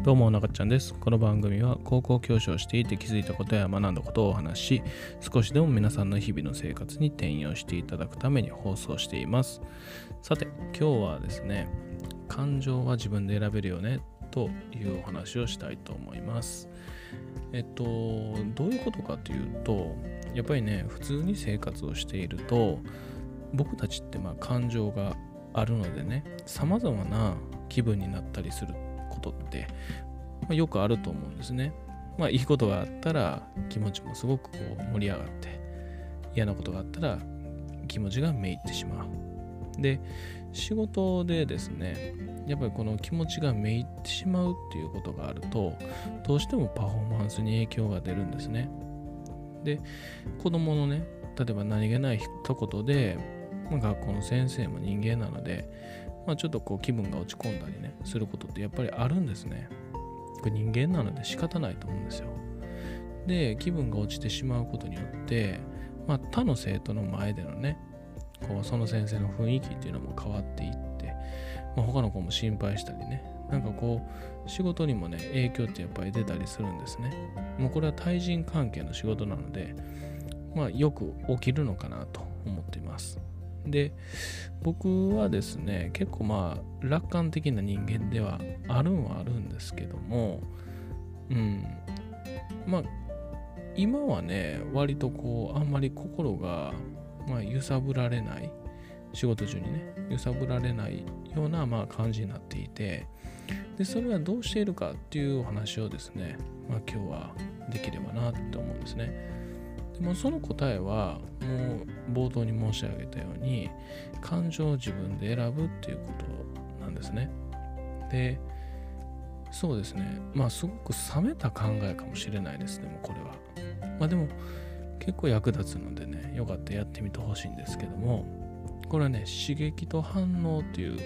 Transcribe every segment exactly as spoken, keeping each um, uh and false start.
どうも中ちゃんです。この番組は高校教師をしていて気づいたことや学んだことをお話し、少しでも皆さんの日々の生活に転用していただくために放送しています。さて、今日はですね、感情は自分で選べるよねというお話をしたいと思います。えっと、どういうことかというと、やっぱりね、普通に生活をしていると、僕たちってまあ感情があるのでね、様々な気分になったりすることって、まあ、よくあると思うんですね。まあいいことがあったら気持ちもすごくこう盛り上がって、嫌なことがあったら気持ちがめいってしまう。で、仕事でですね、やっぱりこの気持ちがめいってしまうっていうことがあると、どうしてもパフォーマンスに影響が出るんですね。で、子供のね、例えば何気ない一言で、まあ、学校の先生も人間なので、まあ、ちょっとこう気分が落ち込んだりねすることってやっぱりあるんですね。これ人間なので仕方ないと思うんですよ。で、気分が落ちてしまうことによって、まあ、他の生徒の前でのねこうその先生の雰囲気っていうのも変わっていって、まあ、他の子も心配したりね、なんかこう仕事にもね影響ってやっぱり出たりするんですね。もうこれは対人関係の仕事なので、まあ、よく起きるのかなと思っています。で、僕はですね、結構まあ楽観的な人間ではあるんはあるんですけども、うん、まあ今はね、割とこうあんまり心が、まあ、揺さぶられない、仕事中にね揺さぶられないようなまあ感じになっていて、でそれはどうしているかっていうお話をですね、まあ今日はできればなって思うんですね。でもその答えはもう冒頭に申し上げたように、感情を自分で選ぶっていうことなんですね。で、そうですね、まあすごく冷めた考えかもしれないですね、もうこれは。まあでも結構役立つのでね、よかったらやってみてほしいんですけども、これはね、刺激と反応っていう、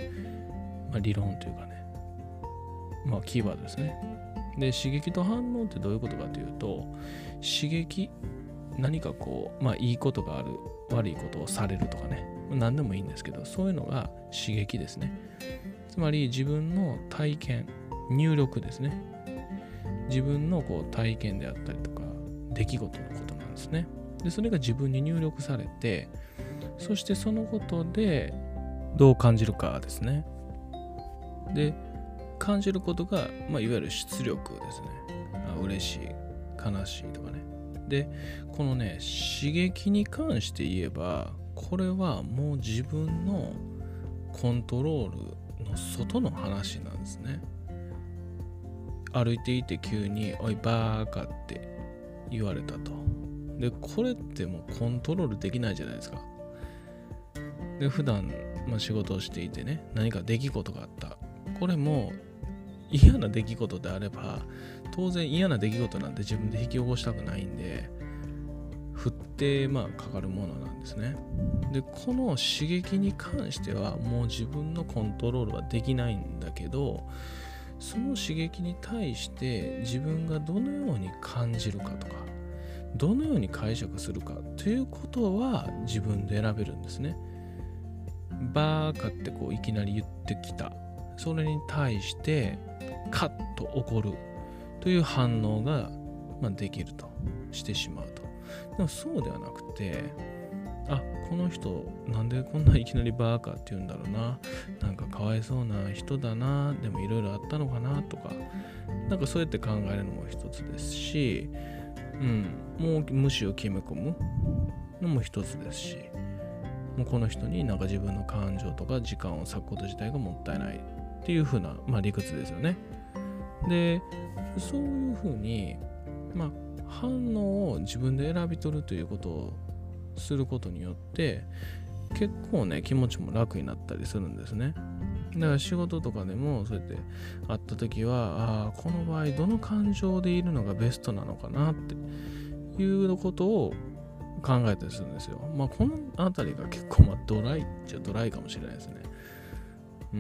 まあ、理論というかね、まあキーワードですね。で、刺激と反応ってどういうことかというと、刺激、何かこう、まあいいことがある、悪いことをされるとかね、何でもいいんですけど、そういうのが刺激ですね。つまり自分の体験、入力ですね。自分のこう体験であったりとか、出来事のことなんですね。で、それが自分に入力されて、そしてそのことでどう感じるかですね。で、感じることが、まあ、いわゆる出力ですね。あ、嬉しい、悲しいとかね。で、このね、刺激に関して言えば、これはもう自分のコントロールの外の話なんですね。歩いていて急に、おいバーカって言われたと。で、これってもうコントロールできないじゃないですか。で、普段、まあ、仕事をしていてね、何か出来事があった。これも嫌な出来事であれば、当然嫌な出来事なんて自分で引き起こしたくないんで、振ってまあかかるものなんですね。で、この刺激に関してはもう自分のコントロールはできないんだけど、その刺激に対して自分がどのように感じるかとか、どのように解釈するかということは自分で選べるんですね。バーカってこういきなり言ってきた。それに対してカッと怒るという反応が、まあ、できるとしてしまうと。でもそうではなくて、あ、この人なんでこんないきなりバーカって言うんだろうな、なんかかわいそうな人だな、でもいろいろあったのかなとか、なんかそうやって考えるのも一つですし、うん、もう無視を決め込むのも一つですし、もうこの人になんか自分の感情とか時間を割くこと自体がもったいないっていう風な、まあ、理屈ですよね。で、そういう風に、まあ、反応を自分で選び取るということをすることによって結構ね気持ちも楽になったりするんですね。だから仕事とかでもそうやって会った時は、ああこの場合どの感情でいるのがベストなのかなっていうことを考えたりするんですよ。まあこのあたりが結構まあドライっちゃドライかもしれないですね。うん。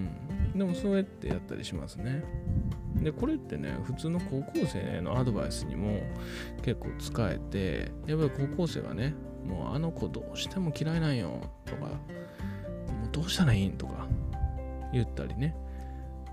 でもそうやってやったりしますね。で、これってね、普通の高校生のアドバイスにも結構使えて、やっぱり高校生がね、もうあの子どうしても嫌いなんよとか、もうどうしたらいいんとか言ったりね、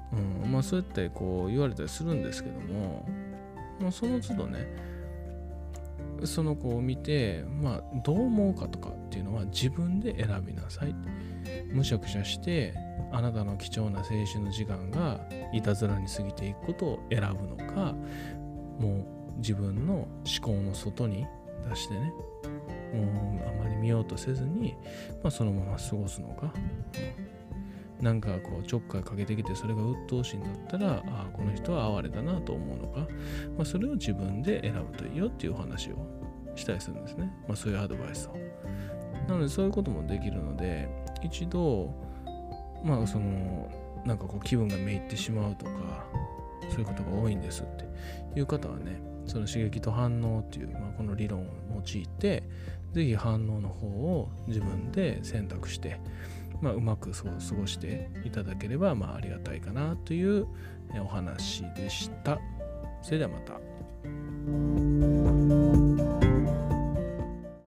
うん、まあそうやってこう言われたりするんですけども、まあ、その都度ねその子を見て、まあどう思うかとかっていうのは自分で選びなさい。むしゃくしゃしてあなたの貴重な青春の時間がいたずらに過ぎていくことを選ぶのか、もう自分の思考の外に出してね、もうあまり見ようとせずに、まあ、そのまま過ごすのか、うん、なんかこうちょっかいかけてきてそれが鬱陶しいんだったら、ああこの人は哀れだなと思うのか、まあ、それを自分で選ぶといいよっていうお話をしたりするんですね。まあ、そういうアドバイスを。なのでそういうこともできるので、一度まあそのなんかこう気分がめいってしまうとか、そういうことが多いんですっていう方はね、その刺激と反応っていう、まあ、この理論を用いて、ぜひ反応の方を自分で選択して、まあ、うまくそう過ごしていただければ、まあ、ありがたいかなというお話でした。それではまた。